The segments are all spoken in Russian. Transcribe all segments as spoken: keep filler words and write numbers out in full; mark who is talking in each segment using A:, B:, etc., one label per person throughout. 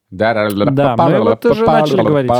A: Да, мы вот уже начали говорить.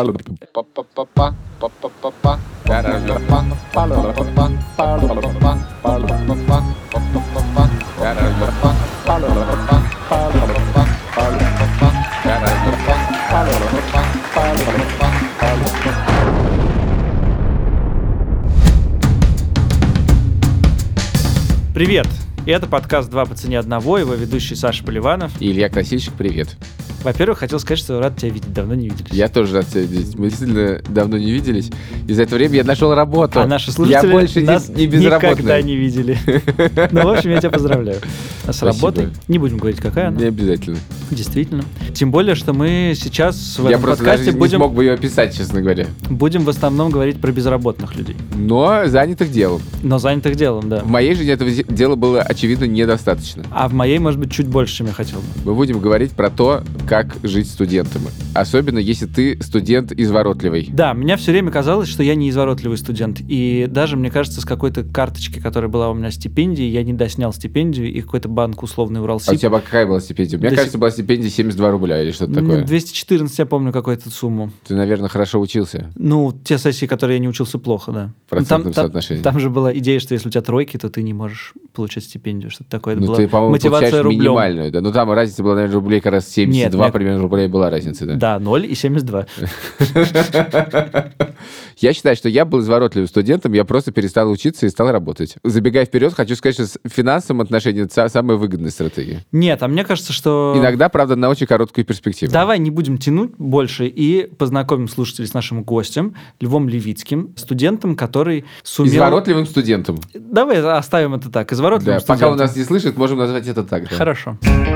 A: Привет! Это подкаст «Два по цене одного», его ведущий Саша Поливанов.
B: И Илья Красильщик, привет.
A: Во-первых, хотел сказать, что рад тебя видеть, давно не виделись.
B: Я тоже рад тебя видеть. Мы действительно давно не виделись. И за это время я нашел работу.
A: А наши слушатели
B: я больше
A: нас
B: не, не безработный.
A: никогда не видели. Ну, в общем, я тебя поздравляю. А с работой не будем говорить, какая она.
B: Не обязательно.
A: Действительно. Тем более, что мы сейчас в
B: я
A: этом
B: просто
A: подкасте
B: даже
A: будем...
B: не смог бы ее описать, честно говоря.
A: Будем в основном говорить про безработных людей.
B: Но занятых делом.
A: Но занятых делом, да.
B: В моей жизни этого дела было, очевидно, недостаточно.
A: А в моей, может быть, чуть больше, чем я хотел.
B: Мы будем говорить про то, как жить студентом. Особенно, если ты студент изворотливый.
A: Да, мне все время казалось, что я не изворотливый студент. И даже, мне кажется, с какой-то карточки, которая была у меня стипендии, я не доснял стипендию, и какой-то банк условный Уралсиб.
B: А у тебя какая была стипендия? У меня, До кажется, сих... была стипендия семьдесят два рубля или что-то такое.
A: двести четырнадцать, я помню какую-то сумму.
B: Ты, наверное, хорошо учился.
A: Ну, те сессии, которые я не учился, плохо, да.
B: В процентном соотношении.
A: Там, там же была идея, что если у тебя тройки, то ты не можешь получать стипендию, что-то такое. Это
B: ну,
A: была
B: ты, по-моему,
A: мотивация рублем.
B: Минимальную, да? Ну, там разница была, наверное, рублей как раз семьдесят два, Нет, примерно, рублей была разница, да?
A: Да, ноль и семьдесят два.
B: Я считаю, что я был изворотливым студентом, я просто перестал учиться и стал работать. Забегая вперед, хочу сказать, что в финансовом отношении это самая выгодная стратегия.
A: Нет, а мне кажется, что...
B: Иногда, правда, на очень короткую перспективу.
A: Давай не будем тянуть больше и познакомим слушателей с нашим гостем, Львом Левицким, студентом, который сумел...
B: Изворотливым студентом.
A: Давай оставим это так, изворотливым
B: да,
A: студентом.
B: Пока у нас не слышат, можем назвать это так. Да.
A: Хорошо.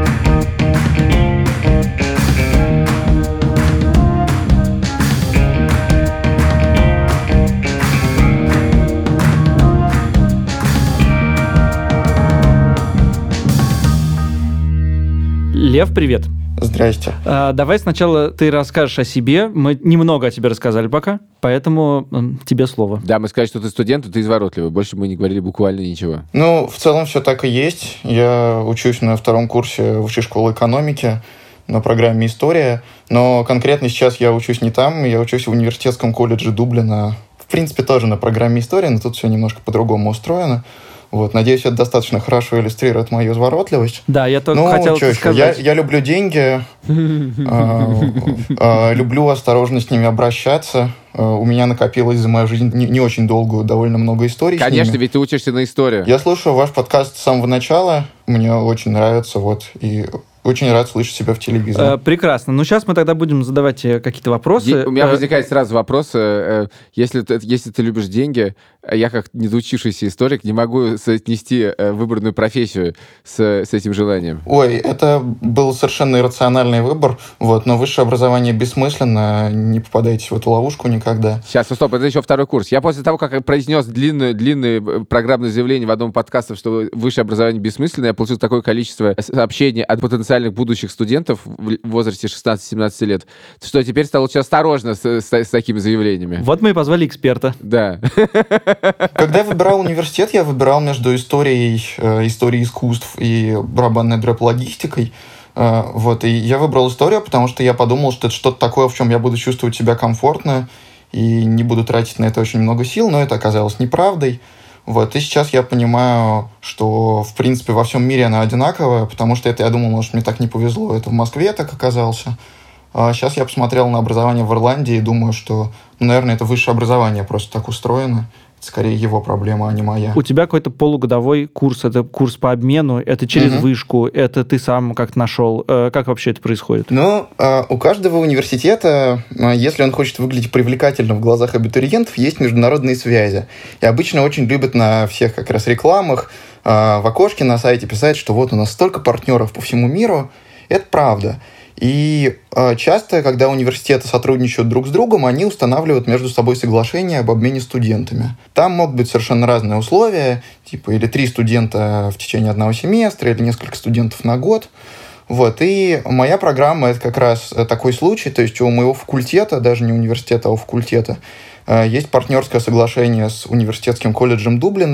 A: Лев, привет.
C: Здрасте.
A: А, давай сначала ты расскажешь о себе. Мы немного о тебе рассказали пока, поэтому м, тебе слово.
B: Да, мы сказали, что ты студент, и ты изворотливый. Больше мы не говорили буквально ничего.
C: Ну, в целом все так и есть. Я учусь на втором курсе Высшей школы экономики на программе «История». Но конкретно сейчас я учусь не там, я учусь в университетском колледже Дублина. В принципе, тоже на программе «История», но тут все немножко по-другому устроено. Вот, надеюсь, это достаточно хорошо иллюстрирует мою изворотливость.
A: Да, я только
C: ну,
A: хотел это сказать.
C: Я, я люблю деньги, люблю осторожно с ними обращаться. У меня накопилось за мою жизнь не очень долгую, довольно много историй.
B: Конечно, ведь ты учишься на историю.
C: Я слушаю ваш подкаст с самого начала. Мне очень нравится, вот, и... Очень рад слышать себя в телевизоре.
A: Э, прекрасно. Ну, сейчас мы тогда будем задавать какие-то вопросы.
B: Е- у меня э- возникает сразу вопрос. Э- если, ты, если ты любишь деньги, я как недоучившийся историк не могу соотнести э- выбранную профессию с, с этим желанием.
C: Ой, это был совершенно иррациональный выбор. Вот, но высшее образование бессмысленно. Не попадайте в эту ловушку никогда.
B: Сейчас, стоп, это еще второй курс. Я после того, как я произнес длинное, длинное программное заявление в одном подкасте, что высшее образование бессмысленно, я получил такое количество сообщений от потенциальных будущих студентов в возрасте шестнадцать-семнадцать лет, что теперь стал очень осторожно с, с, с такими заявлениями.
A: Вот мы и позвали эксперта.
B: Да.
C: Когда я выбирал университет, я выбирал между историей, э, историей искусств и барабанной дрэп-логистикой. Э, вот, и я выбрал историю, потому что я подумал, что это что-то такое, в чем я буду чувствовать себя комфортно и не буду тратить на это очень много сил, но это оказалось неправдой. Вот, и сейчас я понимаю, что, в принципе, во всем мире она одинаковая, потому что это, я думал, может, мне так не повезло. Это в Москве так оказался. А сейчас я посмотрел на образование в Ирландии и думаю, что, ну, наверное, это высшее образование просто так устроено. Это скорее его проблема, а не моя.
A: У тебя какой-то полугодовой курс, это курс по обмену, это через угу. вышку, это ты сам как-то нашел. Как вообще это происходит?
C: Ну, у каждого университета, если он хочет выглядеть привлекательно в глазах абитуриентов, есть международные связи. И обычно очень любят на всех как раз рекламах, в окошке на сайте писать, что вот у нас столько партнеров по всему миру. Это правда. И э, часто, когда университеты сотрудничают друг с другом, они устанавливают между собой соглашения об обмене студентами. Там могут быть совершенно разные условия, типа или три студента в течение одного семестра, или несколько студентов на год. Вот. И моя программа – это как раз такой случай, то есть у моего факультета, даже не университета, а у факультета, э, есть партнерское соглашение с университетским колледжем Дублина,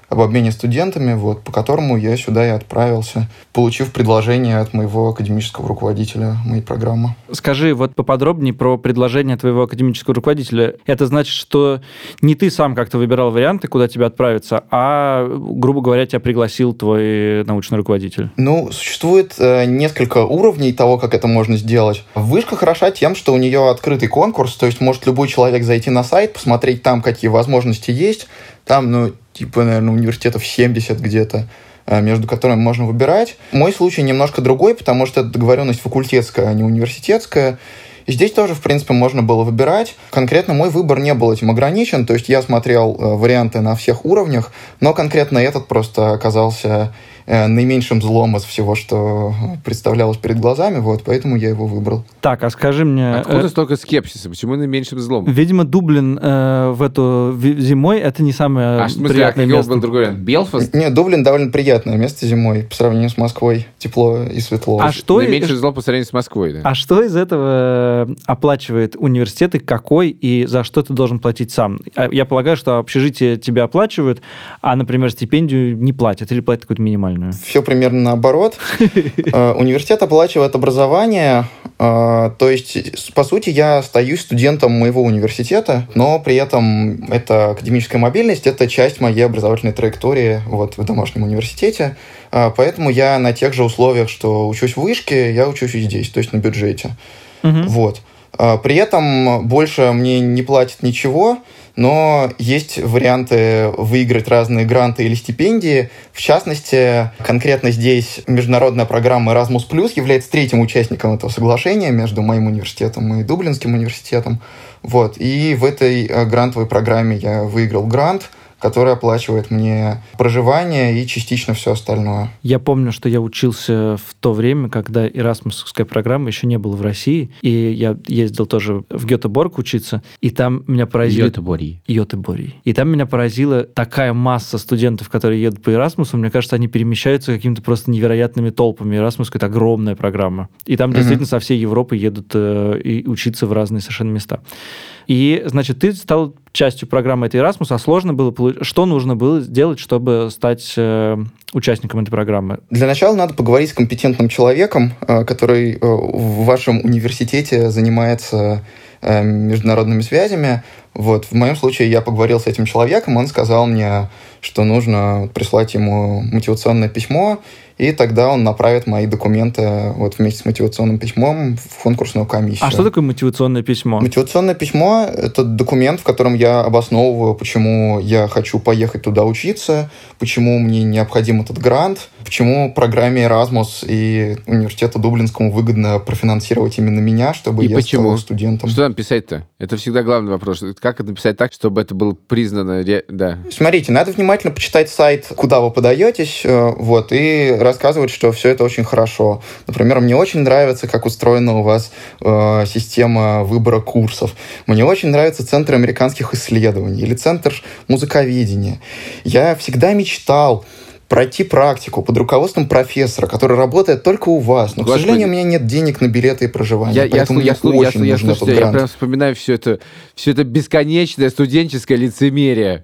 C: об обмене студентами, вот, по которому я сюда и отправился, получив предложение от моего академического руководителя моей программы.
A: Скажи вот поподробнее про предложение твоего академического руководителя. Это значит, что не ты сам как-то выбирал варианты, куда тебе отправиться, а, грубо говоря, тебя пригласил твой научный руководитель?
C: Ну, существует э, несколько уровней того, как это можно сделать. Вышка хороша тем, что у нее открытый конкурс, то есть может любой человек зайти на сайт, посмотреть там, какие возможности есть. Там, ну, типа, наверное, университетов семьдесят где-то, между которыми можно выбирать. Мой случай немножко другой, потому что это договоренность факультетская, а не университетская. И здесь тоже, в принципе, можно было выбирать. Конкретно мой выбор не был этим ограничен, то есть я смотрел варианты на всех уровнях, но конкретно этот просто оказался наименьшим злом из всего, что представлялось перед глазами, вот, поэтому я его выбрал.
A: Так, а скажи мне...
B: Откуда э... столько скепсиса? Почему наименьшим злом?
A: Видимо, Дублин э, в эту зимой это не самое
B: а, смысле,
A: приятное
B: а
A: место.
B: был другой вариант? Белфаст?
C: Нет, Дублин довольно приятное место зимой по сравнению с Москвой. Тепло и светло.
A: А что...
B: Наименьшим злом по сравнению с Москвой, да?
A: А что из этого оплачивает университет и какой, и за что ты должен платить сам? Я полагаю, что общежитие тебя оплачивают, а, например, стипендию не платят или платят какую-то минимальную.
C: Все примерно наоборот. Университет оплачивает образование, то есть, по сути, я остаюсь студентом моего университета, но при этом это академическая мобильность, это часть моей образовательной траектории вот, в домашнем университете, поэтому я на тех же условиях, что учусь в вышке, я учусь и здесь, то есть на бюджете. Угу. Вот. При этом больше мне не платят ничего, но есть варианты выиграть разные гранты или стипендии. В частности, конкретно здесь международная программа Erasmus плюс является третьим участником этого соглашения между моим университетом и Дублинским университетом. Вот. И в этой грантовой программе я выиграл грант, который оплачивает мне проживание и частично все остальное.
A: Я помню, что я учился в то время, когда эрасмусовская программа еще не была в России, и я ездил тоже в Гетеборг учиться, и там меня поразило...
B: Гетеборий.
A: Гетеборий. И там меня поразила такая масса студентов, которые едут по Эрасмусу. Мне кажется, они перемещаются какими-то просто невероятными толпами. Эрасмус — это огромная программа. И там mm-hmm. действительно со всей Европы едут э, и учиться в разные совершенно места. И, значит, ты стал частью программы этой Erasmus, а сложно было получить... Что нужно было сделать, чтобы стать э, участником этой программы?
C: Для начала надо поговорить с компетентным человеком, э, который э, в вашем университете занимается э, международными связями. Вот. В моем случае я поговорил с этим человеком, он сказал мне, что нужно прислать ему мотивационное письмо, и тогда он направит мои документы вот вместе с мотивационным письмом в конкурсную комиссию.
A: А что такое мотивационное письмо?
C: Мотивационное письмо — это документ, в котором я обосновываю, почему я хочу поехать туда учиться, почему мне необходим этот грант, почему программе Erasmus и университету Дублинскому выгодно профинансировать именно меня, чтобы
B: и
C: я
B: почему?
C: стал студентом.
B: Что там писать-то? Это всегда главный вопрос. Как это написать так, чтобы это было признано? Да.
C: Смотрите, надо внимательно почитать сайт, куда вы подаетесь, вот, и рассказывать, что все это очень хорошо. Например, мне очень нравится, как устроена у вас э, система выбора курсов. Мне очень нравится Центр американских исследований или Центр музыковедения. Я всегда мечтал пройти практику под руководством профессора, который работает только у вас. Но, Господи. К сожалению, у меня нет денег на билеты и проживание. Я, поэтому я, мне я, очень я, нужен
B: я,
C: этот
B: я,
C: грант.
B: Я прям вспоминаю все это, все это бесконечное студенческое лицемерие.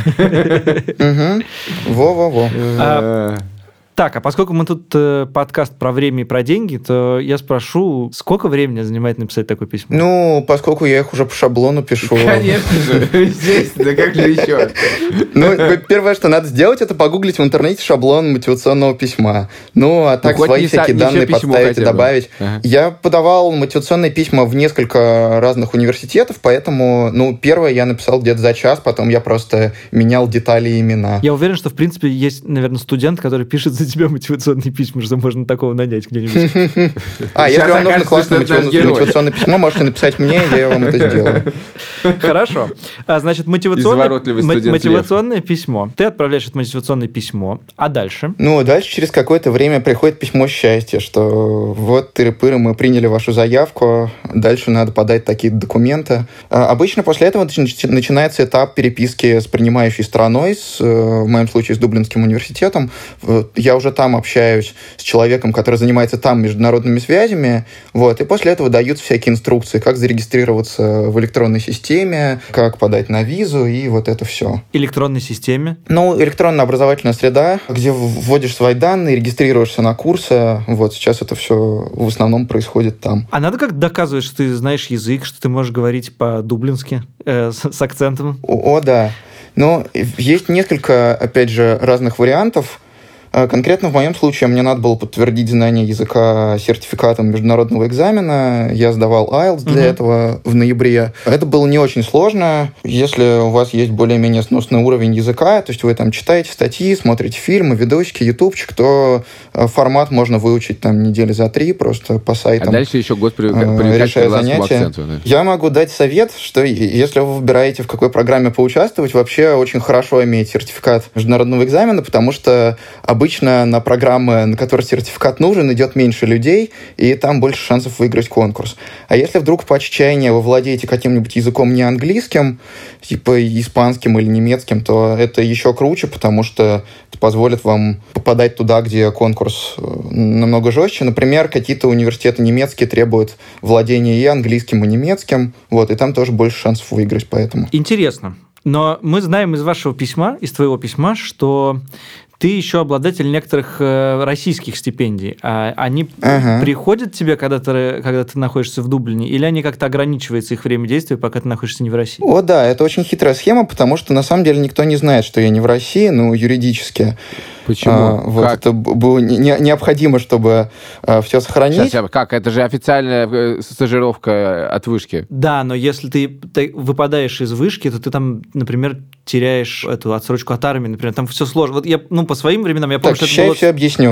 C: Во-во-во.
A: Так, а поскольку мы тут э, подкаст про время и про деньги, то я спрошу, сколько времени занимает написать такое письмо?
C: Ну, поскольку я их уже по шаблону пишу.
B: Конечно же, естественно, как же еще?
C: Ну, первое, что надо сделать, это погуглить в интернете шаблон мотивационного письма. Ну, а так свои всякие данные подставить и добавить. Я подавал мотивационные письма в несколько разных университетов, поэтому, ну, первое я написал где-то за час, потом я просто менял детали и имена.
A: Я уверен, что, в принципе, есть, наверное, студент, который пишет за тебя мотивационные письма, что можно такого нанять где-нибудь.
C: А, если вам нужно классное мотивационное письмо, можете написать мне, я вам это сделаю.
A: Хорошо. Значит, мотивационное письмо. Ты отправляешь это мотивационное письмо, а дальше?
C: Ну, дальше через какое-то время приходит письмо счастья, что вот, тыры-пыры, мы приняли вашу заявку, дальше надо подать такие документы. Обычно после этого начинается этап переписки с принимающей стороной, в моем случае с Дублинским университетом. Я я уже там общаюсь с человеком, который занимается там международными связями, вот, и после этого дают всякие инструкции, как зарегистрироваться в электронной системе, как подать на визу и вот это все.
A: Электронной системе?
C: Ну, электронная образовательная среда, где вводишь свои данные, регистрируешься на курсы, вот, сейчас это все в основном происходит там.
A: А надо как доказывать, что ты знаешь язык, что ты можешь говорить по-дублински э, с, с акцентом?
C: О, о, да. Но есть несколько, опять же, разных вариантов. Конкретно в моем случае мне надо было подтвердить знание языка сертификатом международного экзамена. Я сдавал айлтс для uh-huh. этого в ноябре. Это было не очень сложно. Если у вас есть более-менее сносный уровень языка, то есть вы там читаете статьи, смотрите фильмы, видосики, ютубчик, то формат можно выучить там недели за три просто по сайтам.
B: А дальше еще год привыкать к ирландскому акценту. Да?
C: Я могу дать совет, что если вы выбираете, в какой программе поучаствовать, вообще очень хорошо иметь сертификат международного экзамена, потому что обычно Обычно на программы, на которые сертификат нужен, идет меньше людей, и там больше шансов выиграть конкурс. А если вдруг по отчаянию вы владеете каким-нибудь языком не английским, типа испанским или немецким, то это еще круче, потому что это позволит вам попадать туда, где конкурс намного жестче. Например, какие-то университеты немецкие требуют владения и английским, и немецким, вот, и там тоже больше шансов выиграть, поэтому.
A: Интересно. Но мы знаем из вашего письма, из твоего письма, что ты еще обладатель некоторых э, российских стипендий. А они ага. приходят тебе, когда ты, когда ты находишься в Дублине, или они как-то ограничиваются их время действия, пока ты находишься не в России?
C: О, да, это очень хитрая схема, потому что на самом деле никто не знает, что я не в России, ну, юридически.
B: Почему?
C: А, вот как? Это было не, необходимо, чтобы а, все сохранить.
B: Сейчас, как? Это же официальная стажировка от вышки.
A: Да, но если ты, ты выпадаешь из вышки, то ты там, например, теряешь эту отсрочку от армии, например, там все сложно. Вот я, ну, по своим временам я помню,
C: так,
A: что
C: это было...
A: было...
C: все объясню.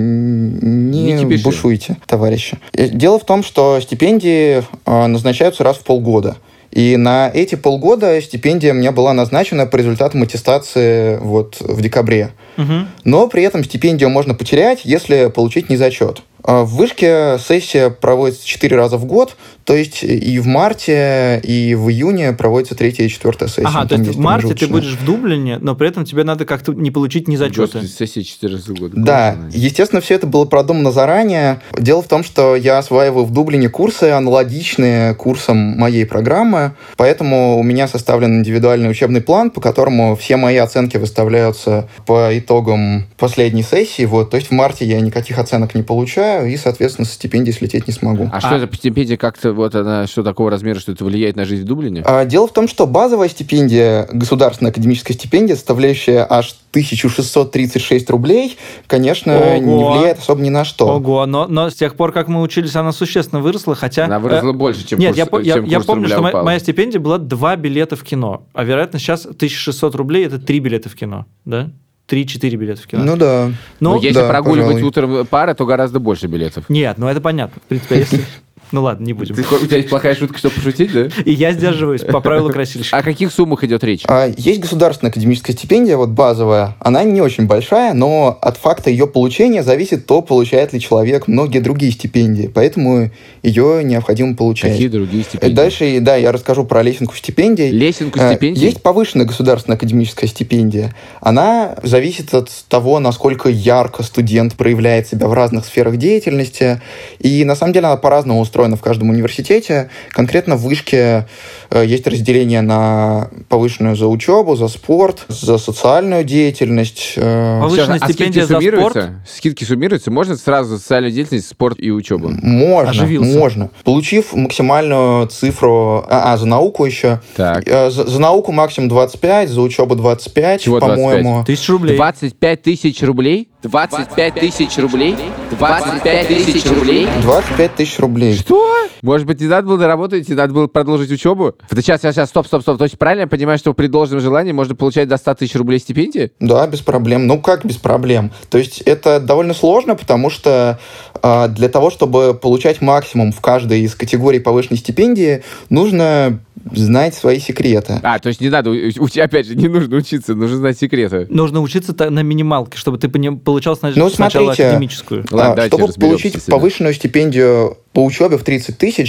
C: Не, не бушуйте, товарищи. Дело в том, что стипендии а, назначаются раз в полгода. И на эти полгода стипендия мне была назначена по результатам аттестации вот в декабре. Угу. Но при этом стипендию можно потерять, если получить незачет. В вышке сессия проводится четыре раза в год, то есть и в марте, и в июне проводится третья и четвертая сессия.
A: Ага, то есть в марте ты будешь в Дублине, но при этом тебе надо как-то не получить незачеты.
B: Сессия четыре раза в год.
C: Да, конечно. Естественно, все это было продумано заранее. Дело в том, что я осваиваю в Дублине курсы, аналогичные курсам моей программы, поэтому у меня составлен индивидуальный учебный план, по которому все мои оценки выставляются по итогам последней сессии. Вот, то есть в марте я никаких оценок не получаю, и, соответственно, со стипендии слететь не смогу.
B: А, а что это стипендия как-то, вот она, что такого размера, что это влияет на жизнь в Дублине?
C: А, дело в том, что базовая стипендия, государственная академическая стипендия, составляющая аж тысяча шестьсот тридцать шесть рублей, конечно, Ого. не влияет особо ни на что.
A: Ого, но, но с тех пор, как мы учились, она существенно выросла, хотя...
B: Она выросла э, больше, чем
A: Нет,
B: курс,
A: я,
B: чем
A: я,
B: курс
A: я помню, что
B: упал.
A: Моя стипендия была два билета в кино, а, вероятно, сейчас тысяча шестьсот рублей – это три билета в кино, да? три-четыре билета в кино.
C: Ну да.
B: Но,
C: ну,
B: если
C: да,
B: прогуливать
C: пожалуй.
B: утром пары, то гораздо больше билетов.
A: Нет, ну это понятно. В принципе, если... Ну ладно, не будем.
B: Ты, у тебя есть плохая шутка, чтобы пошутить, да?
A: И я сдерживаюсь по правилу красильщика.
B: О каких суммах идет речь?
C: А, есть государственная академическая стипендия, вот базовая. Она не очень большая, но от факта ее получения зависит то, получает ли человек многие другие стипендии. Поэтому ее необходимо получать.
B: Какие другие стипендии?
C: Дальше, да, я расскажу про лесенку стипендий.
B: Лесенку стипендий?
C: Есть повышенная государственная академическая стипендия. Она зависит от того, насколько ярко студент проявляет себя в разных сферах деятельности. И на самом деле она по-разному устроена в каждом университете. Конкретно в вышке э, есть разделение на повышенную за учебу, за спорт, за социальную деятельность.
A: Э... Повышенная
B: а
A: стипендия за спорт?
B: Скидки суммируются? Можно сразу за социальную деятельность, спорт и учебу?
C: Можно,
A: Оживился.
C: можно. Получив максимальную цифру... А, а за науку еще.
B: Так.
C: Э, за, за науку максимум двадцать пять, за учебу двадцать пять,
B: Чего
C: по-моему.
A: Тысяч рублей.
B: двадцать пять тысяч рублей? двадцать пять тысяч рублей? двадцать пять тысяч рублей?
C: двадцать пять тысяч рублей.
B: Что? Может быть, не надо было доработать, не надо было продолжить учебу? Да сейчас, сейчас, сейчас, стоп, стоп, стоп. То есть правильно я понимаю, что при должном желании можно получать до ста тысяч рублей стипендии?
C: Да, без проблем. Ну как без проблем? То есть это довольно сложно, потому что э, для того, чтобы получать максимум в каждой из категорий повышенной стипендии, нужно знать свои секреты.
B: А, то есть не надо, опять же, не нужно учиться, нужно знать секреты.
A: Нужно учиться на минималке, чтобы ты получал сначала,
C: ну,
A: сначала
C: смотрите,
A: академическую.
C: Ладно, чтобы получить повышенную стипендию по учебе в тридцать тысяч,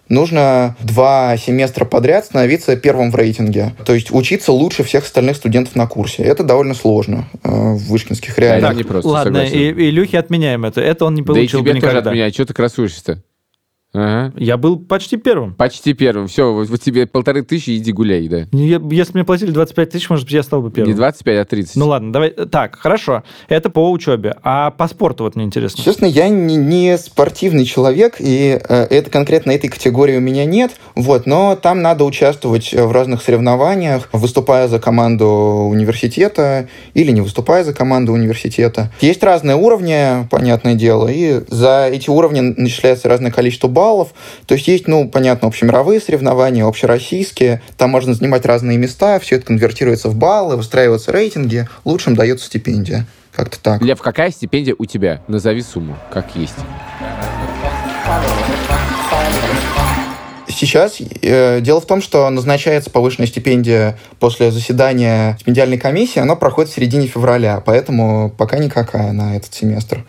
C: нужно два семестра подряд становиться первым в рейтинге. То есть учиться лучше всех остальных студентов на курсе. Это довольно сложно э, в вышкинских реалиях.
B: Да, не просто,
A: ладно, и, и Илюхе отменяем это. Это он не получил
B: да и тебе
A: никогда.
B: тоже отменяют. Чего ты красуешься-то? Ага.
A: Я был почти первым.
B: Почти первым. Все, вот, вот тебе полторы тысячи, иди гуляй, да.
A: Я, если мне платили двадцать пять тысяч, может быть, я стал бы первым.
B: Не двадцать пять, а тридцать.
A: Ну ладно, давай. Так, хорошо. Это по учебе. А по спорту вот мне интересно.
C: Честно, я не, не спортивный человек, и э, это конкретно этой категории у меня нет. Вот, но там надо участвовать в разных соревнованиях, выступая за команду университета или не выступая за команду университета. Есть разные уровни, понятное дело, и за эти уровни начисляется разное количество баллов. баллов. То есть есть, ну, понятно, общемировые соревнования, общероссийские. Там можно занимать разные места, все это конвертируется в баллы, выстраиваются рейтинги, лучшим дается стипендия. Как-то так.
B: Лев, какая стипендия у тебя? Назови сумму, как есть.
C: Сейчас э, дело в том, что назначается повышенная стипендия после заседания стипендиальной комиссии, она проходит в середине февраля, поэтому пока никакая на этот семестр.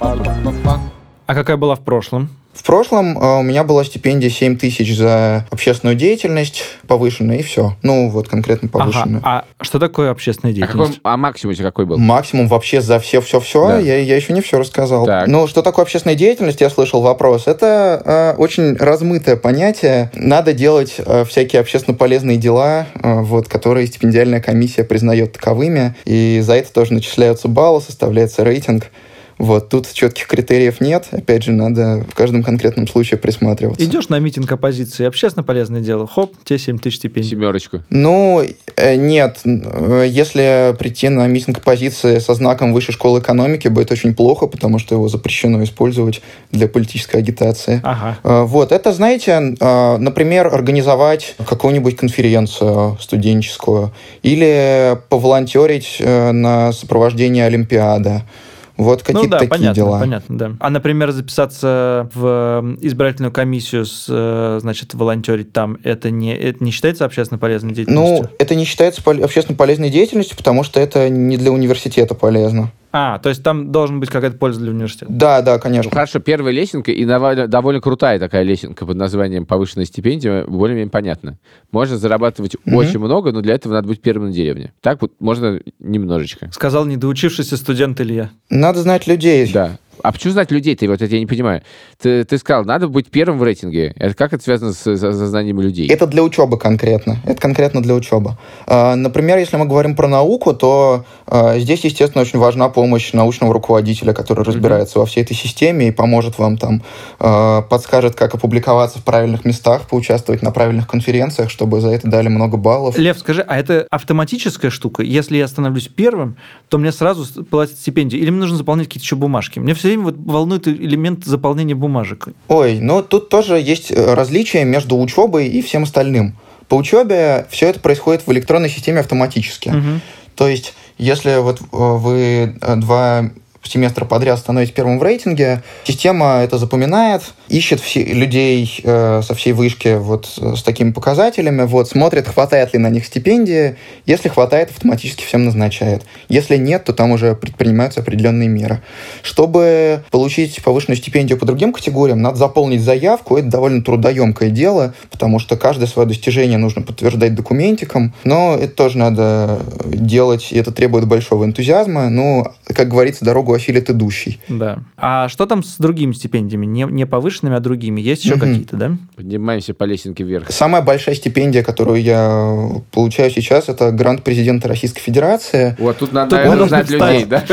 A: А какая была в прошлом?
C: В прошлом э, у меня была стипендия семь тысяч за общественную деятельность повышенная, и все. Ну, вот конкретно повышенная.
A: Ага. А что такое общественная
B: А,
A: деятельность?
B: какой, а максимум у тебя какой был?
C: Максимум вообще за все-все-все,
B: Да.
C: я, я еще не все рассказал.
B: Так.
C: Ну, что такое общественная деятельность, я слышал вопрос. Это э, очень размытое понятие. Надо делать э, всякие общественно полезные дела, э, вот, которые стипендиальная комиссия признает таковыми, и за это тоже начисляются баллы, составляется рейтинг. Вот, тут четких критериев нет. Опять же, надо в каждом конкретном случае присматриваться.
A: Идешь на митинг оппозиции, общественно полезное дело, хоп, тебе семь тысяч стипендий.
B: Семерочку.
C: Ну, э, нет. Э, Если прийти на митинг оппозиции со знаком Высшей школы экономики, будет очень плохо, потому что его запрещено использовать для политической агитации.
A: Ага.
C: Э, Вот, это, знаете, э, например, организовать какую-нибудь конференцию студенческую или поволонтерить э, на сопровождение Олимпиады. Вот какие-то
A: ну да,
C: такие
A: понятно,
C: дела.
A: понятно, да. А, например, записаться в избирательную комиссию, с, значит, волонтерить там, это не, это не считается общественно полезной деятельностью?
C: Ну, это не считается пол- общественно полезной деятельностью, потому что это не для университета полезно.
A: А, то есть там должен быть какая-то польза для университета?
C: Да, да,
B: Ну,
C: конечно.
B: хорошо, первая лесенка, и довольно, довольно крутая такая лесенка под названием «Повышенная стипендия», более-менее понятно. Можно зарабатывать
C: Мгм.
B: очень много, но для этого надо быть первым на деревне. Так вот можно немножечко.
A: Сказал недоучившийся студент Илья.
C: Надо знать людей.
B: Да. А почему знать людей-то? Вот это я не понимаю. Ты, ты сказал, надо быть первым в рейтинге. Это как это связано с, с, со знанием людей?
C: Это для учебы конкретно. Это конкретно для учебы. А, Например, если мы говорим про науку, то а, здесь, естественно, очень важна помощь научного руководителя, который разбирается во всей этой системе и поможет вам там, а, подскажет, как опубликоваться в правильных местах, поучаствовать на правильных конференциях, чтобы за это дали много баллов.
A: Лев, скажи, а это автоматическая штука? Если я становлюсь первым, то мне сразу платят стипендию? Или мне нужно заполнять какие-то еще бумажки? Мне все время вот волнует элемент заполнения бумажек.
C: Ой, ну тут тоже есть различия между учебой и всем остальным. По учебе все это происходит в электронной системе автоматически.
A: Угу.
C: То есть, если вот э, вы э, два семестра подряд становитесь первым в рейтинге, система это запоминает, ищет все, людей э, со всей вышки вот, э, с такими показателями, вот, смотрит, хватает ли на них стипендии. Если хватает, автоматически всем назначает. Если нет, то там уже предпринимаются определенные меры. Чтобы получить повышенную стипендию по другим категориям, надо заполнить заявку. Это довольно трудоемкое дело, потому что каждое свое достижение нужно подтверждать документиком. Но это тоже надо делать, и это требует большого энтузиазма. Ну, как говорится, дорогу осилит идущий.
A: Да. А что там с другими стипендиями? Не, не повышенными, а другими? Есть еще
C: Мгм.
A: какие-то, да?
B: Поднимаемся по лесенке вверх.
C: Самая большая стипендия, которую я получаю сейчас, это грант президента Российской Федерации.
B: Вот тут надо,
A: Тут
B: наверное,
A: можно
B: знать людей, да?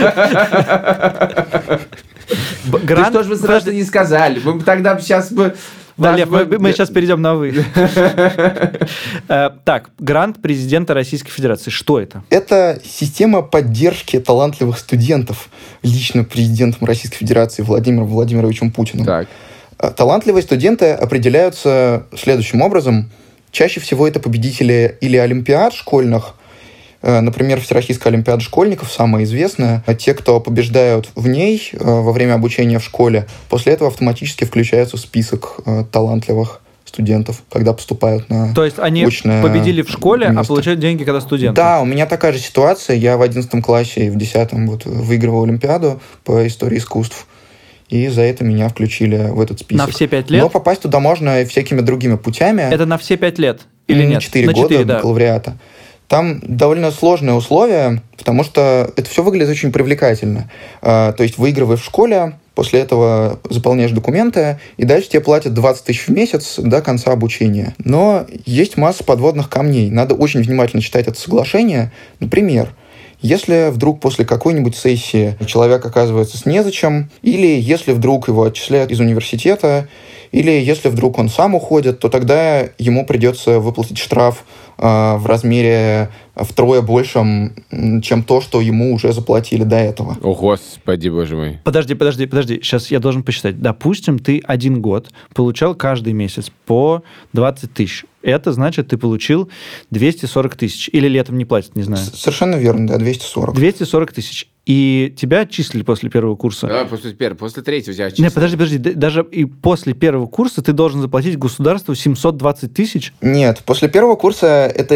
A: Б-
B: Ты
A: Грант...
B: что ж вы сразу не сказали? Мы бы тогда сейчас бы...
A: Да,
B: вас
A: Лев,
B: бы-
A: мы, мы сейчас перейдем на «вы». Э, Так, грант президента Российской Федерации. Что это?
C: Это система поддержки талантливых студентов лично президентом Российской Федерации Владимиром Владимировичем Путиным.
B: Так.
C: А Талантливые студенты определяются следующим образом. Чаще всего это победители или олимпиад школьных, э, например, Всероссийская олимпиада школьников, самая известная. А те, кто побеждают в ней э, во время обучения в школе, после этого автоматически включаются в список э, талантливых студентов, когда поступают на
A: То есть они
C: очное
A: победили в школе, а
C: место.
A: получают деньги, когда студенты?
C: Да, у меня такая же ситуация. Я в одиннадцатом классе и в десятом вот выигрывал Олимпиаду по истории искусств. и за это меня включили в этот список.
A: На все пять лет?
C: Но попасть туда можно всякими другими путями.
A: Это на все пять лет или
C: на
A: нет?
C: четыре
A: на
C: года
A: четыре, да.
C: бакалавриата. Там довольно сложные условия, потому что это все выглядит очень привлекательно. То есть выигрываешь в школе, после этого заполняешь документы, и дальше тебе платят двадцать тысяч в месяц до конца обучения. Но есть масса подводных камней. Надо очень внимательно читать это соглашение. Например, если вдруг после какой-нибудь сессии человек оказывается с незачем, или если вдруг его отчисляют из университета, или если вдруг он сам уходит, то тогда ему придется выплатить штраф э, в размере втрое большем, чем то, что ему уже заплатили до этого.
B: О, Господи, боже мой.
A: Подожди, подожди, подожди. Сейчас я должен посчитать. Допустим, ты один год получал каждый месяц по двадцать тысяч. Это значит, ты получил двести сорок тысяч. Или летом не платят, не знаю.
C: Совершенно верно, да, двести сорок.
A: двести сорок тысяч. И тебя отчислили после первого курса.
B: Да, после первого, после третьего тебя отчислили.
A: Нет, подожди, подожди. Даже и после первого курса ты должен заплатить государству семьсот двадцать тысяч?
C: Нет, после первого курса это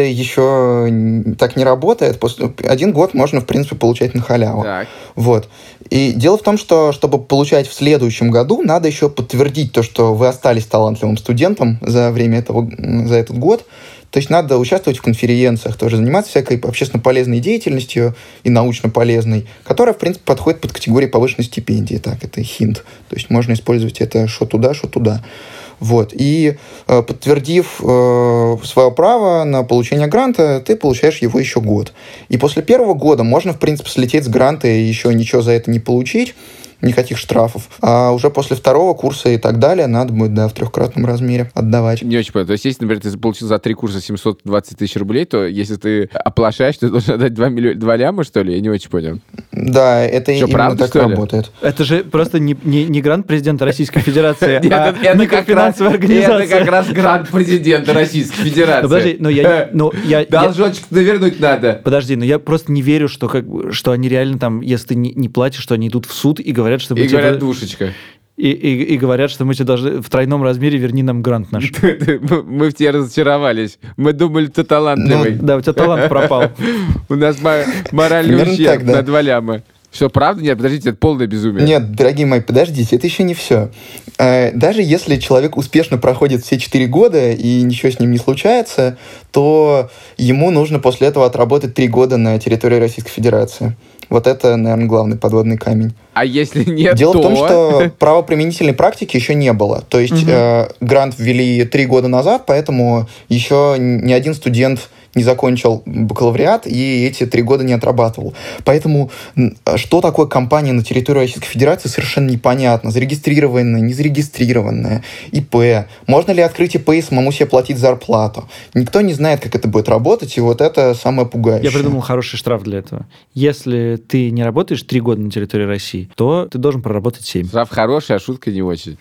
C: еще так не работает. После... Один год можно, в принципе, получать на халяву.
B: Так.
C: Вот. И дело в том, что чтобы получать в следующем году, надо еще подтвердить то, что вы остались талантливым студентом за время этого, за этот год. То есть надо участвовать в конференциях, тоже заниматься всякой общественно полезной деятельностью и научно полезной, которая, в принципе, подходит под категорию повышенной стипендии. Так, это хинт. То есть можно использовать это что туда, что туда. Вот. И э, подтвердив э, свое право на получение гранта, ты получаешь его еще год. И после первого года можно, в принципе, слететь с гранта и еще ничего за это не получить, никаких штрафов. А уже после второго курса и так далее надо будет, да, в трехкратном размере отдавать.
B: Не очень понял. То есть, если, например, ты получил за три курса семьсот двадцать тысяч рублей, то если ты оплошаешь, ты должен отдать два, миллиона, два ляма, что ли? Я не очень понял.
C: Да, это
B: Что,
C: именно
B: правда,
C: так работает.
A: Это же просто не, не, не грант президента Российской Федерации, а микрофинансовая организация.
B: Это как раз грант президента Российской Федерации.
A: Подожди, но я...
B: Должочек навернуть надо.
A: Подожди, но я просто не верю, что что они реально там, если ты не платишь, что они идут в суд и говорят, что...
B: И говорят, душечка.
A: И, и, и говорят, что мы тебе должны в тройном размере верни нам грант наш.
B: Мы в тебе разочаровались. Мы думали, ты талантливый.
A: Да, у тебя талант пропал.
B: У нас моральный ущерб на два ляма. Что, правда? Нет, подождите, это полное безумие.
C: Нет, дорогие мои, подождите, это еще не все. Даже если человек успешно проходит все четыре года и ничего с ним не случается, то ему нужно после этого отработать три года на территории Российской Федерации. Вот это, наверное, главный подводный камень.
B: А если нет,
C: Дело
B: то...
C: в том, что правоприменительной практики еще не было. То есть угу. э, грант ввели три года назад, поэтому еще ни один студент не закончил бакалавриат и эти три года не отрабатывал. Поэтому что такое компания на территории Российской Федерации, совершенно непонятно. Зарегистрированная, незарегистрированная, ИП. Можно ли открыть ИП и самому себе платить зарплату? Никто не знает, как это будет работать, и вот это самое пугающее.
A: Я придумал хороший штраф для этого. Если ты не работаешь три года на территории России, то ты должен проработать семь.
B: Штраф хороший, а шутка не очень.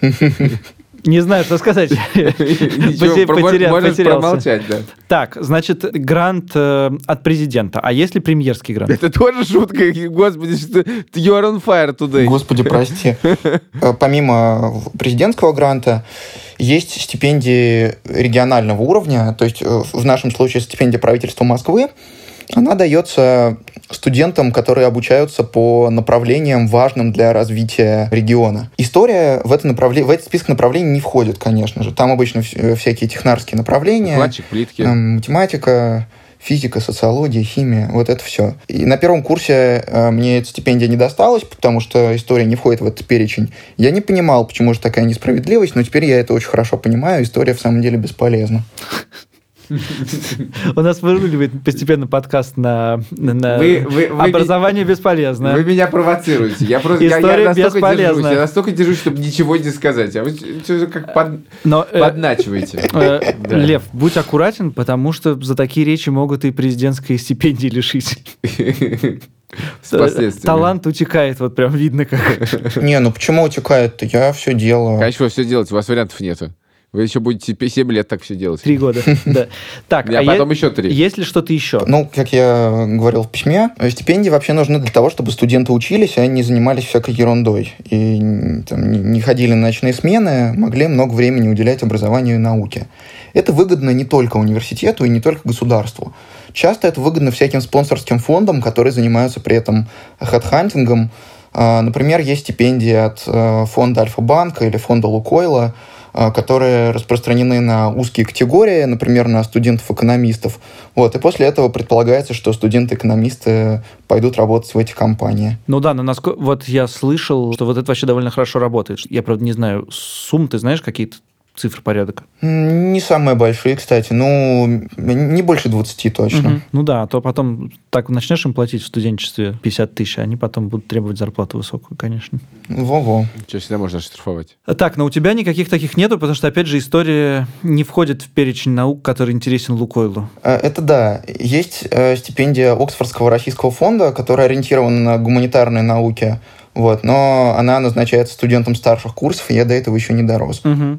A: Не знаю, что сказать.
B: Можешь промолчать, да.
A: Так, значит, грант от президента. А если премьерский грант?
B: Это тоже шутка. Господи, что you are on fire today.
C: Господи, прости. Помимо президентского гранта, есть стипендии регионального уровня. То есть в нашем случае стипендия правительства Москвы. Она дается студентам, которые обучаются по направлениям, важным для развития региона. История в, это направление, в этот список направлений не входит, конечно же. Там обычно всякие технарские направления.
B: Кладчик, плитки.
C: Математика, физика, социология, химия. Вот это все. И на первом курсе мне эта стипендия не досталась, потому что история не входит в этот перечень. Я не понимал, почему же такая несправедливость, но теперь я это очень хорошо понимаю. История в самом деле бесполезна.
A: У нас выруливает постепенно подкаст на, на
B: вы, вы,
A: образование вы, бесполезно.
B: Вы меня провоцируете. Я просто
A: История
B: я, я настолько
A: бесполезна.
B: держусь, я настолько держусь, чтобы ничего не сказать. А вы что-то как под, Но, подначиваете.
A: Э, э, да. Лев, будь аккуратен, потому что за такие речи могут и президентской стипендии лишить. Талант утекает, вот прям видно как.
C: Не, ну почему утекает-то? Я все делаю.
B: Конечно, вы все делаете, у вас вариантов нету. Вы еще будете семь лет так все делать.
A: Три года, да. Так,
B: а потом еще три.
A: Есть ли что-то еще?
C: Ну, как я говорил в письме, стипендии вообще нужны для того, чтобы студенты учились, а не занимались всякой ерундой. И там, не ходили на ночные смены, могли много времени уделять образованию и науке. Это выгодно не только университету и не только государству. Часто это выгодно всяким спонсорским фондам, которые занимаются при этом хедхантингом, Например, есть стипендии от фонда Альфа-банка или фонда Лукойла, которые распространены на узкие категории, например, на студентов-экономистов. Вот. И после этого предполагается, что студенты-экономисты пойдут работать в эти компании.
A: Ну да, но насколько... вот я слышал, что вот это вообще довольно хорошо работает. Я, правда, не знаю, сумм ты знаешь какие-то? Цифр порядок?
C: Не самые большие, кстати. Ну, не больше двадцати точно.
A: Угу. Ну да, а то потом так начнешь им платить в студенчестве пятьдесят тысяч, а они потом будут требовать зарплату высокую, конечно.
C: Во-во.
B: Что, всегда можно оштрафовать.
A: Так, но у тебя никаких таких нету, потому что, опять же, история не входит в перечень наук, который интересен Лукойлу.
C: Это да. Есть стипендия Оксфордского российского фонда, которая ориентирована на гуманитарные науки. Вот, но она назначается студентам старших курсов, и я до этого еще не дорос.
A: Угу.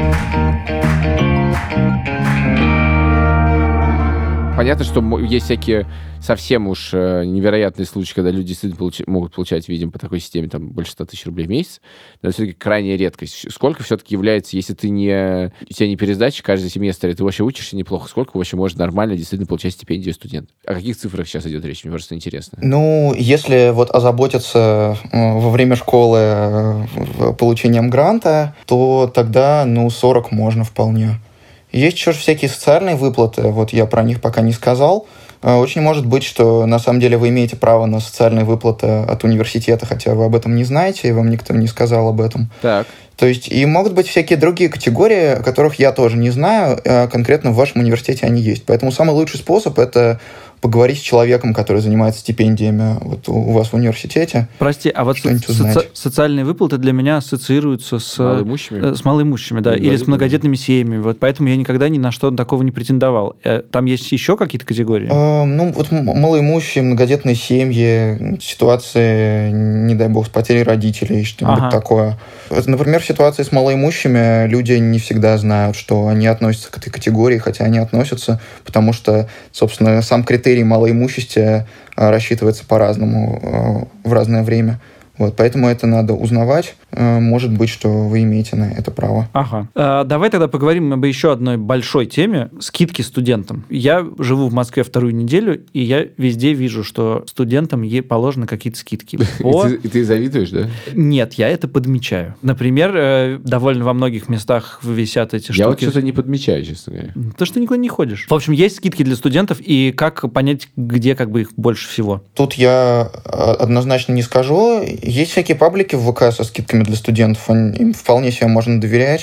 B: Понятно, что есть всякие совсем уж невероятные случаи, когда люди действительно получ... могут получать, видимо, по такой системе там больше ста тысяч рублей в месяц. Но это все-таки крайняя редкость. Сколько все-таки является, если ты не... у тебя не пересдача каждый семестр, и ты вообще учишься неплохо, сколько вообще можно нормально действительно получать стипендию студента? О каких цифрах сейчас идет речь? Мне просто интересно.
C: Ну, если вот озаботиться во время школы получением гранта, то тогда, ну, сорок можно вполне. Есть еще всякие социальные выплаты, вот я про них пока не сказал. Очень может быть, что на самом деле вы имеете право на социальные выплаты от университета, хотя вы об этом не знаете, и вам никто не сказал об этом.
B: Так.
C: То есть и могут быть всякие другие категории, о которых я тоже не знаю, а конкретно в вашем университете они есть. Поэтому самый лучший способ – это поговорить с человеком, который занимается стипендиями вот у вас в университете.
A: Прости, а вот соци- социальные выплаты для меня ассоциируются с малоимущими, с малоимущими, да, или с многодетными семьями. Вот поэтому я никогда ни на что такого не претендовал. Там есть еще какие-то категории?
C: А, ну, вот малоимущие, многодетные семьи, ситуации, не дай бог, с потерей родителей, что-нибудь ага. такое. Например, в ситуации с малоимущими люди не всегда знают, что они относятся к этой категории, хотя они относятся, потому что, собственно, сам критерий малоимущества рассчитывается по-разному в разное время. Вот, поэтому это надо узнавать. Может быть, что вы имеете на это право.
A: Ага. А, давай тогда поговорим об еще одной большой теме – скидки студентам. Я живу в Москве вторую неделю, и я везде вижу, что студентам ей положены какие-то скидки.
B: По... И, ты, и ты завидуешь, да?
A: Нет, я это подмечаю. Например, довольно во многих местах висят эти
B: я
A: штуки.
B: Я вот что-то не подмечаю, честно говоря.
A: Потому что ты никуда не ходишь. В общем, есть скидки для студентов, и как понять, где как бы их больше всего?
C: Тут я однозначно не скажу. Есть всякие паблики в ВК со скидками для студентов, им вполне себе можно доверять.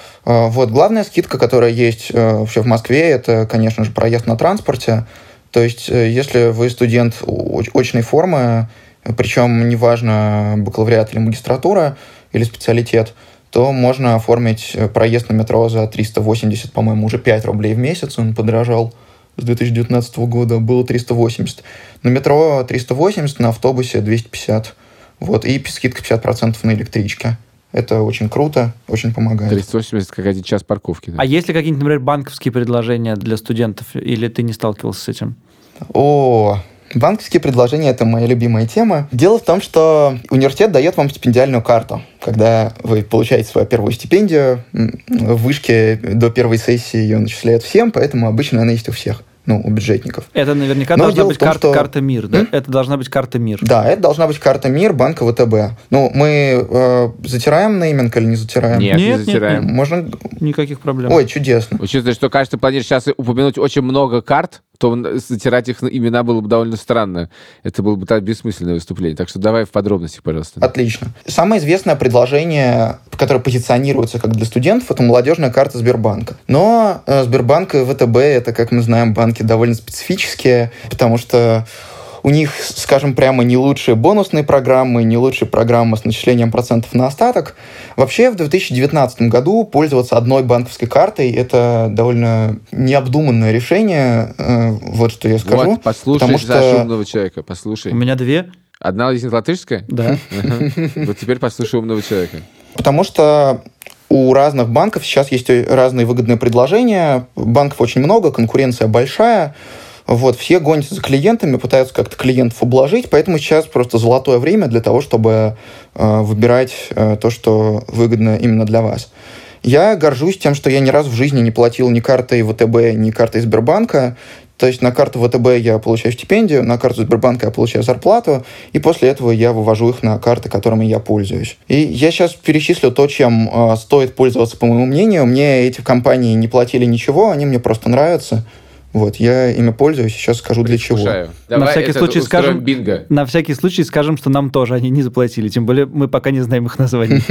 C: Вот. Главная скидка, которая есть вообще в Москве, это, конечно же, проезд на транспорте. То есть, если вы студент очной формы, причем неважно, бакалавриат или магистратура, или специалитет, то можно оформить проезд на метро за триста восемьдесят, по-моему, уже пять рублей в месяц, он подорожал. С две тысячи девятнадцатого года было триста восемьдесят. На метро триста восемьдесят, на автобусе двести пятьдесят. Вот, и скидка пятьдесят процентов на электричке. Это очень круто, очень помогает.
B: триста восемьдесят как один час парковки. Да?
A: А есть ли какие-нибудь, например, банковские предложения для студентов, или ты не сталкивался с этим?
C: О, банковские предложения – это моя любимая тема. Дело в том, что университет дает вам стипендиальную карту. Когда вы получаете свою первую стипендию, в вышке до первой сессии ее начисляют всем, поэтому обычно она есть у всех. Ну, у бюджетников.
A: Это наверняка Но должна быть том, карта, что... карта МИР, да? М? Это должна быть карта МИР.
C: Да, это должна быть карта МИР банка ВТБ. Ну, мы э, затираем нейминг или не затираем?
B: Нет, нет, не затираем.
A: Нет,
C: Можно...
A: Никаких проблем.
C: Ой, чудесно.
B: Учитывая, что, кажется, ты планируешь сейчас упомянуть очень много карт, то затирать их имена было бы довольно странно. Это было бы так бессмысленное выступление. Так что давай в подробностях, пожалуйста.
C: Отлично. Самое известное предложение, которое позиционируется как для студентов, это молодежная карта Сбербанка. Но э, Сбербанк и ВТБ, это, как мы знаем, банки довольно специфические, потому что у них, скажем прямо, не лучшие бонусные программы, не лучшие программы с начислением процентов на остаток. Вообще, в две тысячи девятнадцатом году пользоваться одной банковской картой – это довольно необдуманное решение. Вот что я скажу.
B: Вот, послушай
C: потому что...
B: умного человека, послушай.
A: У меня две.
B: Одна из них латышская?
A: Да.
B: Вот теперь послушай умного человека.
C: Потому что у разных банков сейчас есть разные выгодные предложения. Банков очень много, конкуренция большая. Вот, все гонятся за клиентами, пытаются как-то клиентов ублажить, поэтому сейчас просто золотое время для того, чтобы э, выбирать э, то, что выгодно именно для вас. Я горжусь тем, что я ни разу в жизни не платил ни картой ВТБ, ни картой Сбербанка, То есть на карту ВТБ я получаю стипендию, на карту Сбербанка я получаю зарплату, и после этого я вывожу их на карты, которыми я пользуюсь. И я сейчас перечислю то, чем э, стоит пользоваться, по моему мнению. Мне эти компании не платили ничего, они мне просто нравятся. Вот, я ими пользуюсь, сейчас скажу для чего.
B: Давай
A: на всякий случай скажем,
B: бинго.
A: На всякий случай скажем, что нам тоже они не заплатили, тем более мы пока не знаем их названий.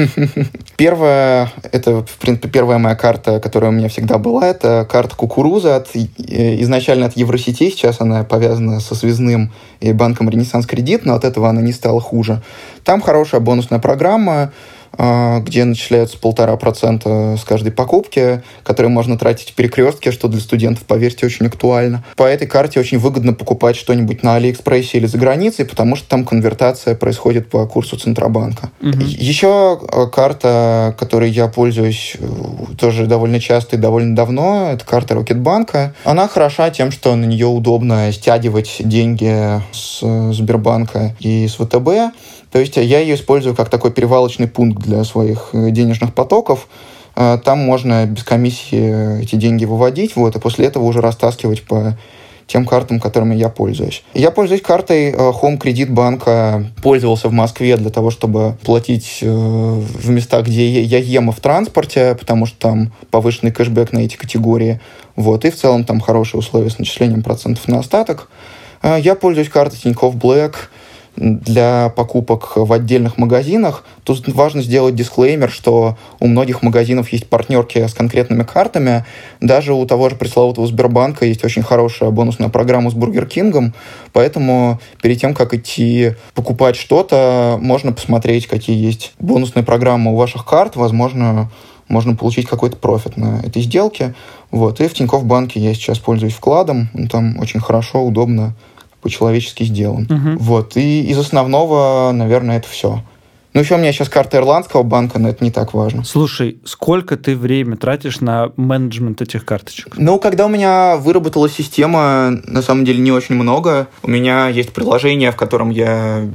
C: Первая, это, в принципе, первая моя карта, которая у меня всегда была, это карта Кукуруза, от, изначально от Евросетей, сейчас она повязана со связным и банком Ренессанс Кредит, но от этого она не стала хуже. Там хорошая бонусная программа, где начисляются полтора процента с каждой покупки, которые можно тратить в перекрестке, что для студентов, поверьте, очень актуально. По этой карте очень выгодно покупать что-нибудь на Алиэкспрессе или за границей, потому что там конвертация происходит по курсу Центробанка. Угу. Еще карта, которой я пользуюсь тоже довольно часто и довольно давно, это карта Рокетбанка. Она хороша тем, что на нее удобно стягивать деньги с Сбербанка и с ВТБ. То есть я ее использую как такой перевалочный пункт для своих денежных потоков. Там можно без комиссии эти деньги выводить, вот, и после этого уже растаскивать по тем картам, которыми я пользуюсь. Я пользуюсь картой Home Credit банка, пользовался в Москве для того, чтобы платить в местах, где я ем в транспорте, потому что там повышенный кэшбэк на эти категории. Вот, и в целом там хорошие условия с начислением процентов на остаток. Я пользуюсь картой Тинькофф Black для покупок в отдельных магазинах. Тут важно сделать дисклеймер, что у многих магазинов есть партнерки с конкретными картами. Даже у того же пресловутого Сбербанка есть очень хорошая бонусная программа с Бургер Кингом, поэтому перед тем, как идти покупать что-то, можно посмотреть, какие есть бонусные программы у ваших карт. Возможно, можно получить какой-то профит на этой сделке. Вот. И в Тинькофф банке я сейчас пользуюсь вкладом. Он там очень хорошо, удобно, по-человечески сделан. Uh-huh. Вот. И из основного, наверное, это все. Ну, еще у меня сейчас карта Ирландского банка, но это не так важно.
A: Слушай, сколько ты время тратишь на менеджмент этих карточек?
C: Ну, когда у меня выработалась система, на самом деле не очень много. У меня есть приложение, в котором я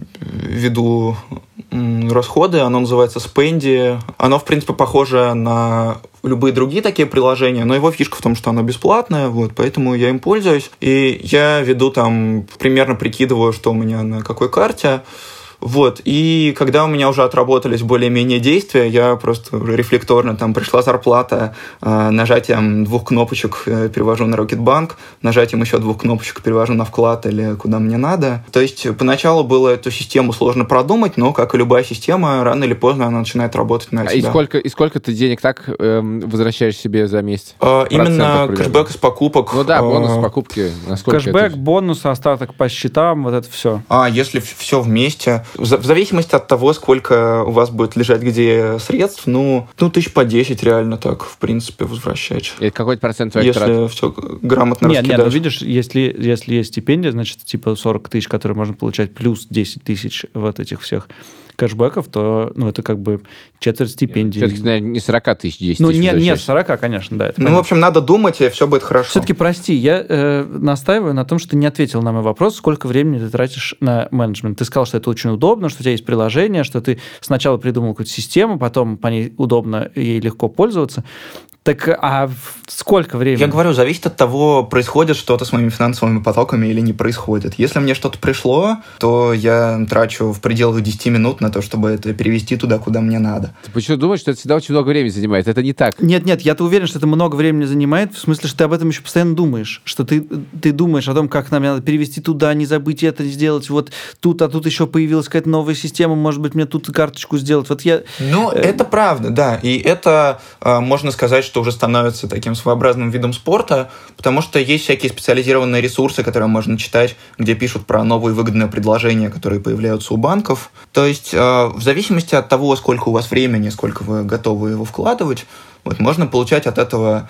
C: веду расходы. Оно называется Spendy. Оно, в принципе, похоже на любые другие такие приложения, но его фишка в том, что оно бесплатное, вот, поэтому я им пользуюсь. И я веду там, примерно прикидываю, что у меня на какой карте. Вот, и когда у меня уже отработались более-менее действия, я просто рефлекторно, там пришла зарплата, э, нажатием двух кнопочек э, перевожу на Рокетбанк, нажатием еще двух кнопочек перевожу на вклад или куда мне надо. То есть поначалу было эту систему сложно продумать, но, как и любая система, рано или поздно она начинает работать на
B: а
C: тебя.
B: И сколько, и сколько ты денег так э, возвращаешь себе за месяц?
C: Э, именно кэшбэк из покупок.
B: Ну да, бонус э, покупки.
A: Кэшбэк, это... бонус, остаток по счетам, вот это все.
C: А, если все вместе... В зависимости от того, сколько у вас будет лежать где средств, ну, ну тысяч по десять реально так, в принципе, возвращать.
B: И какой процент твоих
C: трат? Если все грамотно
A: нет,
C: раскидать.
A: Нет, ну видишь, если, если есть стипендия, значит, типа сорок тысяч, которые можно получать, плюс десять тысяч вот этих всех кэшбэков, то, ну, это как бы четверть стипендии.
B: Все-таки, наверное, не сорок тысяч, десять
A: ну,
B: тысяч.
A: Ну, нет, нет, сорок, конечно, да.
C: Ну, понятно. В общем, надо думать, и все будет хорошо.
A: Все-таки, прости, я э, настаиваю на том, что ты не ответил на мой вопрос, сколько времени ты тратишь на менеджмент. Ты сказал, что это очень удобно, что у тебя есть приложение, что ты сначала придумал какую-то систему, потом по ней удобно и легко пользоваться. Так, а сколько времени?
C: Я говорю, зависит от того, происходит что-то с моими финансовыми потоками или не происходит. Если мне что-то пришло, то я трачу в пределах десять минут на то, чтобы это перевести туда, куда мне надо.
B: Ты почему думаешь, что это всегда очень много времени занимает? Это не так.
A: Нет-нет, я-то уверен, что это много времени занимает, в смысле, что ты об этом еще постоянно думаешь, что ты, ты думаешь о том, как нам надо перевести туда, не забыть это сделать, вот тут, а тут еще появилась какая-то новая система, может быть, мне тут карточку сделать. Вот я...
C: Ну, э... это правда, да, и это, э, можно сказать, что уже становится таким своеобразным видом спорта, потому что есть всякие специализированные ресурсы, которые можно читать, где пишут про новые выгодные предложения, которые появляются у банков. То есть э, в зависимости от того, сколько у вас времени, сколько вы готовы его вкладывать, вот, можно получать от этого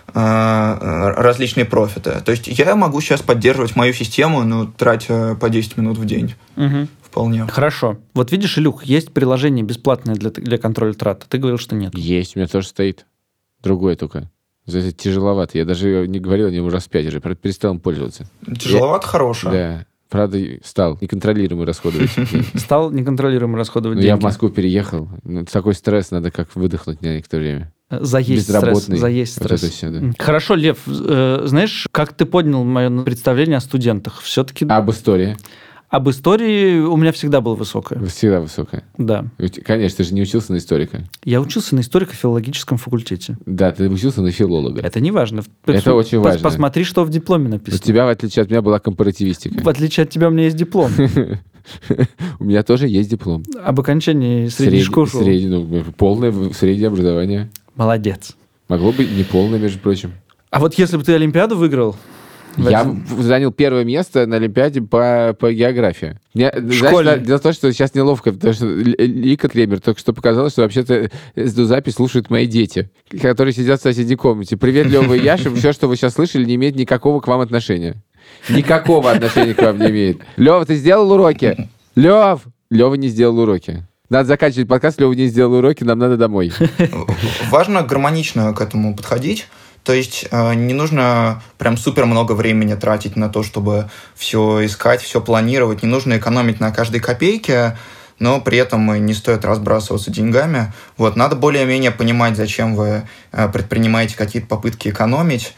C: э, различные профиты. То есть я могу сейчас поддерживать мою систему, ну, тратя по десять минут в день.
A: Угу.
C: Вполне.
A: Хорошо. Вот видишь, Илюх, есть приложение бесплатное для, для контроля трат. Ты говорил, что нет.
B: Есть, у меня тоже стоит. Другой только. Это тяжеловато. Я даже не говорил о нем раз пять уже. Перестал им пользоваться.
C: Тяжеловато,
B: я...
C: хорошее.
B: Да. Правда, стал неконтролируемо расходовать.
A: Стал неконтролируемо расходовать
B: Ну,
A: деньги.
B: я в Москву переехал. Ну, такой стресс, надо как выдохнуть на некоторое время.
A: Заесть стресс.
B: Безработный.
A: Заесть
B: Вот
A: стресс.
B: это всё, да.
A: Хорошо, Лев, э, знаешь, как ты поднял мое представление о студентах? Все-таки
B: А об истории?
A: об истории у меня всегда было высокое.
B: Всегда высокая.
A: Да.
B: Конечно, ты же не учился на историка.
A: Я учился на историко-филологическом факультете.
B: Да, ты учился на филолога.
A: Это не важно.
B: Это очень
A: Пос-
B: важно.
A: Посмотри, что в дипломе
B: У
A: написано.
B: тебя, в отличие от меня, была компаративистика.
A: В отличие от тебя, у меня есть диплом
B: У меня тоже есть диплом.
A: об окончании средней школы.
B: Средний, ну, полное среднее образование.
A: Молодец.
B: Могло быть не полное, между прочим.
A: А вот если бы ты Олимпиаду выиграл...
B: Я
A: Вадим,
B: в- занял первое место на Олимпиаде по, по географии. Мне, знаешь,
A: школе.
B: да, дело в том, что сейчас неловко, потому что Л- Лика Кремер только что показала, что вообще-то эту запись слушают мои дети, которые сидят в соседней комнате. Привет, Лева и Яша. Все, что вы сейчас слышали, не имеет никакого к вам отношения. Никакого отношения к вам не имеет. Лева, ты сделал уроки? Лев! Лева не сделал уроки. Надо заканчивать подкаст, Лева не сделал уроки, нам надо домой.
C: Важно гармонично к этому подходить. То есть э, не нужно прям супер много времени тратить на то, чтобы все искать, все планировать. Не нужно экономить на каждой копейке, но при этом и не стоит разбрасываться деньгами. Вот, надо более-менее понимать, зачем вы э, предпринимаете какие-то попытки экономить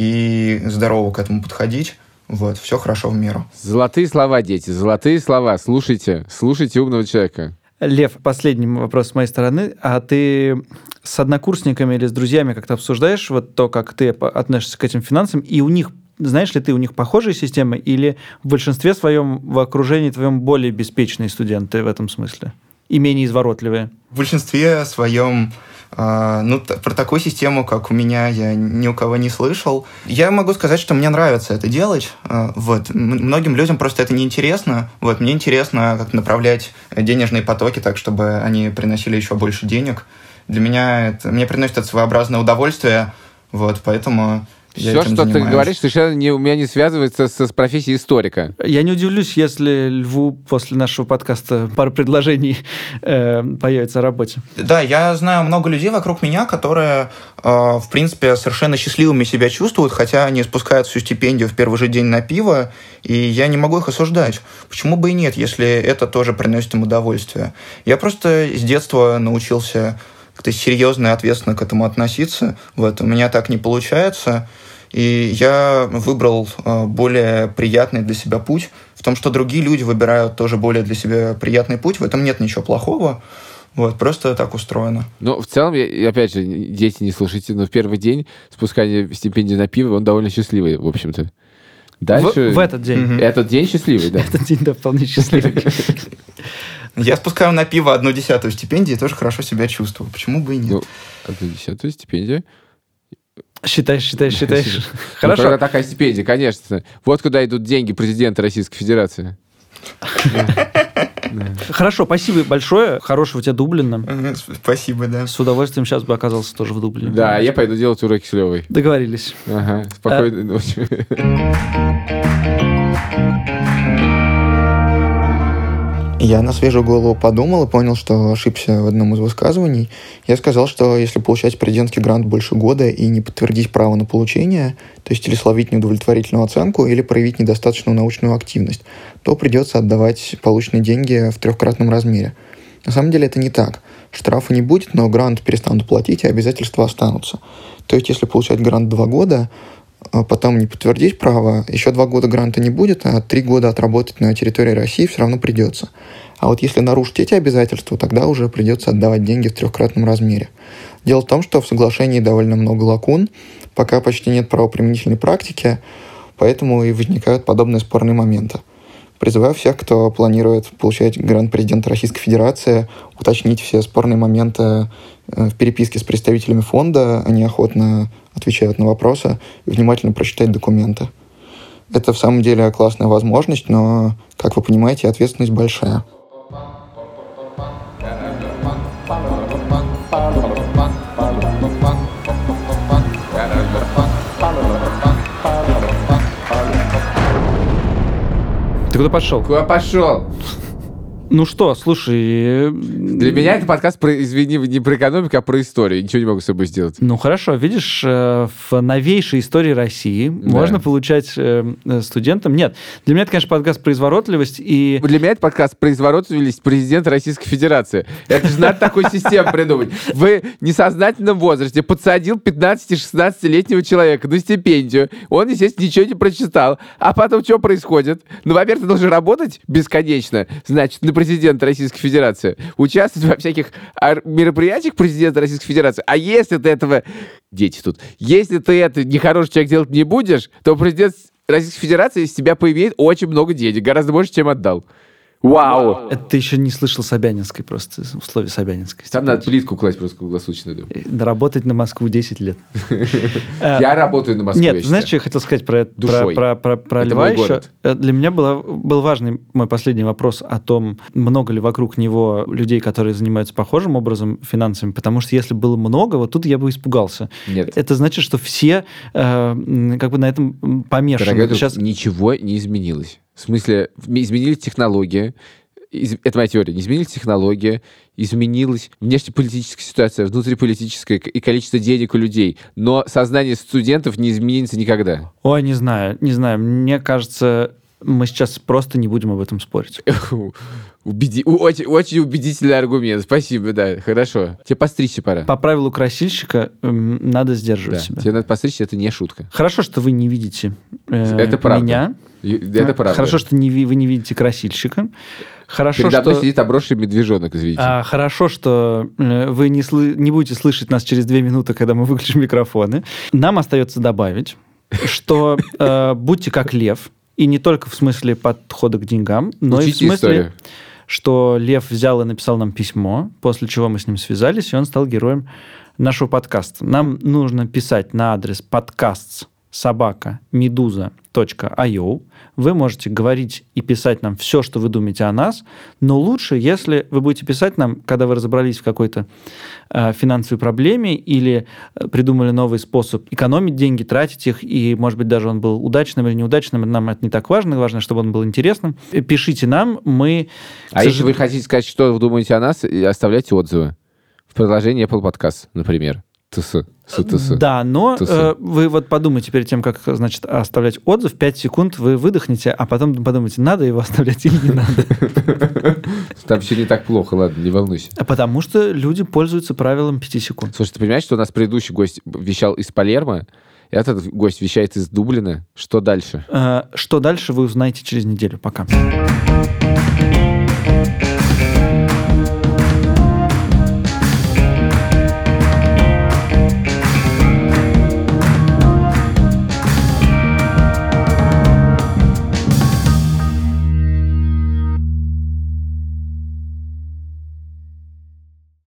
C: и здорово к этому подходить. Вот, все хорошо в меру.
B: Золотые слова, дети, золотые слова. Слушайте, слушайте умного человека.
A: Лев, последний вопрос с моей стороны. А ты с однокурсниками или с друзьями как-то обсуждаешь вот то, как ты по- относишься к этим финансам, и у них, знаешь ли ты, у них похожие системы, или в большинстве своем в окружении твоем более беспечные студенты в этом смысле? И менее изворотливые?
C: В большинстве своем, э, ну, т- про такую систему, как у меня, я ни у кого не слышал. Я могу сказать, что мне нравится это делать. Э, вот. М- многим людям просто это неинтересно. Вот. Мне интересно, как направлять денежные потоки так, чтобы они приносили еще больше денег. Для меня это, мне приносит это своеобразное удовольствие. Вот. Поэтому я
B: Все,
C: этим
B: что ты
C: занимаюсь.
B: говоришь, совершенно не, у меня не связывается с, с профессией историка.
A: Я не удивлюсь, если Льву после нашего подкаста пару предложений э, появится о работе.
C: Да, я знаю много людей вокруг меня, которые, э, в принципе, совершенно счастливыми себя чувствуют, хотя они спускают всю стипендию в первый же день на пиво, и я не могу их осуждать. Почему бы и нет, если это тоже приносит им удовольствие? Я просто с детства научился как-то серьезно и ответственно к этому относиться. Вот, у меня так не получается. И я выбрал э, более приятный для себя путь. В том, что другие люди выбирают тоже более для себя приятный путь, в этом нет ничего плохого. Вот, просто так устроено.
B: Ну, в целом, я, опять же, дети, не слушайте, но в первый день спускания стипендии на пиво, он довольно счастливый, в общем-то. Дальше...
A: В, в этот день.
C: Мгм.
B: Этот день счастливый, да.
A: Этот день, да, вполне счастливый.
C: Я спускаю на пиво одну десятую стипендии и тоже хорошо себя чувствую. Почему бы и нет?
B: Ну, одну десятую стипендия.
A: Считаешь, считаешь, считаешь.
B: Ну,
A: Хорошо.
B: когда такая стипендия, конечно. Вот куда идут деньги президента Российской Федерации.
A: Хорошо, спасибо большое. Хорошего у тебя Дублина.
C: Ага, Спасибо, да.
A: С удовольствием сейчас бы оказался тоже в Дублине.
B: Да, я пойду делать уроки с Левой.
A: Договорились.
B: Ага, спокойной ночи.
C: Я на свежую голову подумал и понял, что ошибся в одном из высказываний. Я сказал, что если получать президентский грант больше года и не подтвердить право на получение, то есть или словить неудовлетворительную оценку, или проявить недостаточную научную активность, то придется отдавать полученные деньги в трехкратном размере. На самом деле это не так. Штрафа не будет, но грант перестанут платить, и обязательства останутся. То есть если получать грант два года, а потом не подтвердить право, еще два года гранта не будет, а три года отработать на территории России все равно придется. А вот если нарушить эти обязательства, тогда уже придется отдавать деньги в трехкратном размере. Дело в том, что в соглашении довольно много лакун, пока почти нет правоприменительной практики, поэтому и возникают подобные спорные моменты. Призываю всех, кто планирует получать грант президента Российской Федерации, уточнить все спорные моменты в переписке с представителями фонда, они охотно отвечают на вопросы, и внимательно прочитать документы. Это в самом деле классная возможность, но, как вы понимаете, ответственность большая.
A: Ты куда пошел?
B: Куда пошел?
A: Ну что, слушай...
B: Для меня это подкаст, про, извини, не про экономику, а про историю. Ничего не могу с собой сделать.
A: Ну хорошо, видишь, в новейшей истории России да. можно получать студентам... Нет, для меня это, конечно, подкаст про изворотливость и...
B: Для меня это подкаст про изворотливость президента Российской Федерации. Это же надо такую систему придумать. В несознательном возрасте подсадил пятнадцати-шестнадцатилетнего человека на стипендию. Он, естественно, ничего не прочитал. А потом что происходит? Ну, во-первых, ты должен работать бесконечно, значит, на президента Российской Федерации, участвовать во всяких мероприятиях президента Российской Федерации. А если ты этого... Дети тут. Если ты это нехороший человек делать не будешь, то президент Российской Федерации из тебя поимеет очень много денег. Гораздо больше, чем отдал. Вау!
A: Это ты еще не слышал Собянинской просто, условия Собянинской.
B: Там надо плитку класть просто круглосуточно.
A: Работать на Москву десять лет.
B: Я работаю на Москву.
A: Нет, знаешь, что я хотел сказать про Льва еще? Для меня был важный мой последний вопрос о том, много ли вокруг него людей, которые занимаются похожим образом финансами, потому что если было много, вот тут я бы испугался.
B: Нет.
A: Это значит, что все как бы на этом помешаны.
B: Сейчас ничего не изменилось. В смысле, изменились технологии, из, это моя теория, изменились технологии, изменилась внешнеполитическая ситуация, внутриполитическая и количество денег у людей, но сознание студентов не изменится никогда.
A: Ой, не знаю, не знаю, мне кажется, мы сейчас просто не будем об этом спорить.
B: Убеди... Очень, очень убедительный аргумент. Спасибо, да, хорошо. Тебе постричься пора.
A: По правилу красильщика эм, надо сдерживать
B: да,
A: себя.
B: Тебе надо постричься, это не шутка.
A: Хорошо, что вы не видите э,
B: это правда.
A: меня.
B: Это правда.
A: Хорошо, что не, вы не видите красильщика. Хорошо,
B: Передо мной
A: что...
B: сидит обросший медвежонок, извините.
A: А, хорошо, что э, вы не, сл... не будете слышать нас через две минуты, когда мы выключим микрофоны. Нам остается добавить, что э, будьте как лев, и не только в смысле подхода к деньгам, но Учите и в смысле... Историю. Что Лев взял и написал нам письмо, после чего мы с ним связались, и он стал героем нашего подкаста. Нам нужно писать на адрес подкаст собака медуза точка ай о. Вы можете говорить и писать нам все, что вы думаете о нас, но лучше, если вы будете писать нам, когда вы разобрались в какой-то э, финансовой проблеме или придумали новый способ экономить деньги, тратить их, и, может быть, даже он был удачным или неудачным, нам это не так важно, важно, чтобы он был интересным. Пишите нам, мы...
B: А сож... если вы хотите сказать, что вы думаете о нас, оставляйте отзывы в приложении Apple Podcast, например. ТС. СТС.
A: Да, но э, вы вот подумайте перед тем, как, значит, оставлять отзыв, пять секунд вы выдохните, а потом подумайте, надо его оставлять или не надо.
B: Там все не так плохо, ладно, не волнуйся.
A: Потому что люди пользуются правилом пяти секунд.
B: Слушай, ты понимаешь, что у нас предыдущий гость вещал из Палермо, этот гость вещает из Дублина. Что дальше?
A: Что дальше, вы узнаете через неделю. Пока.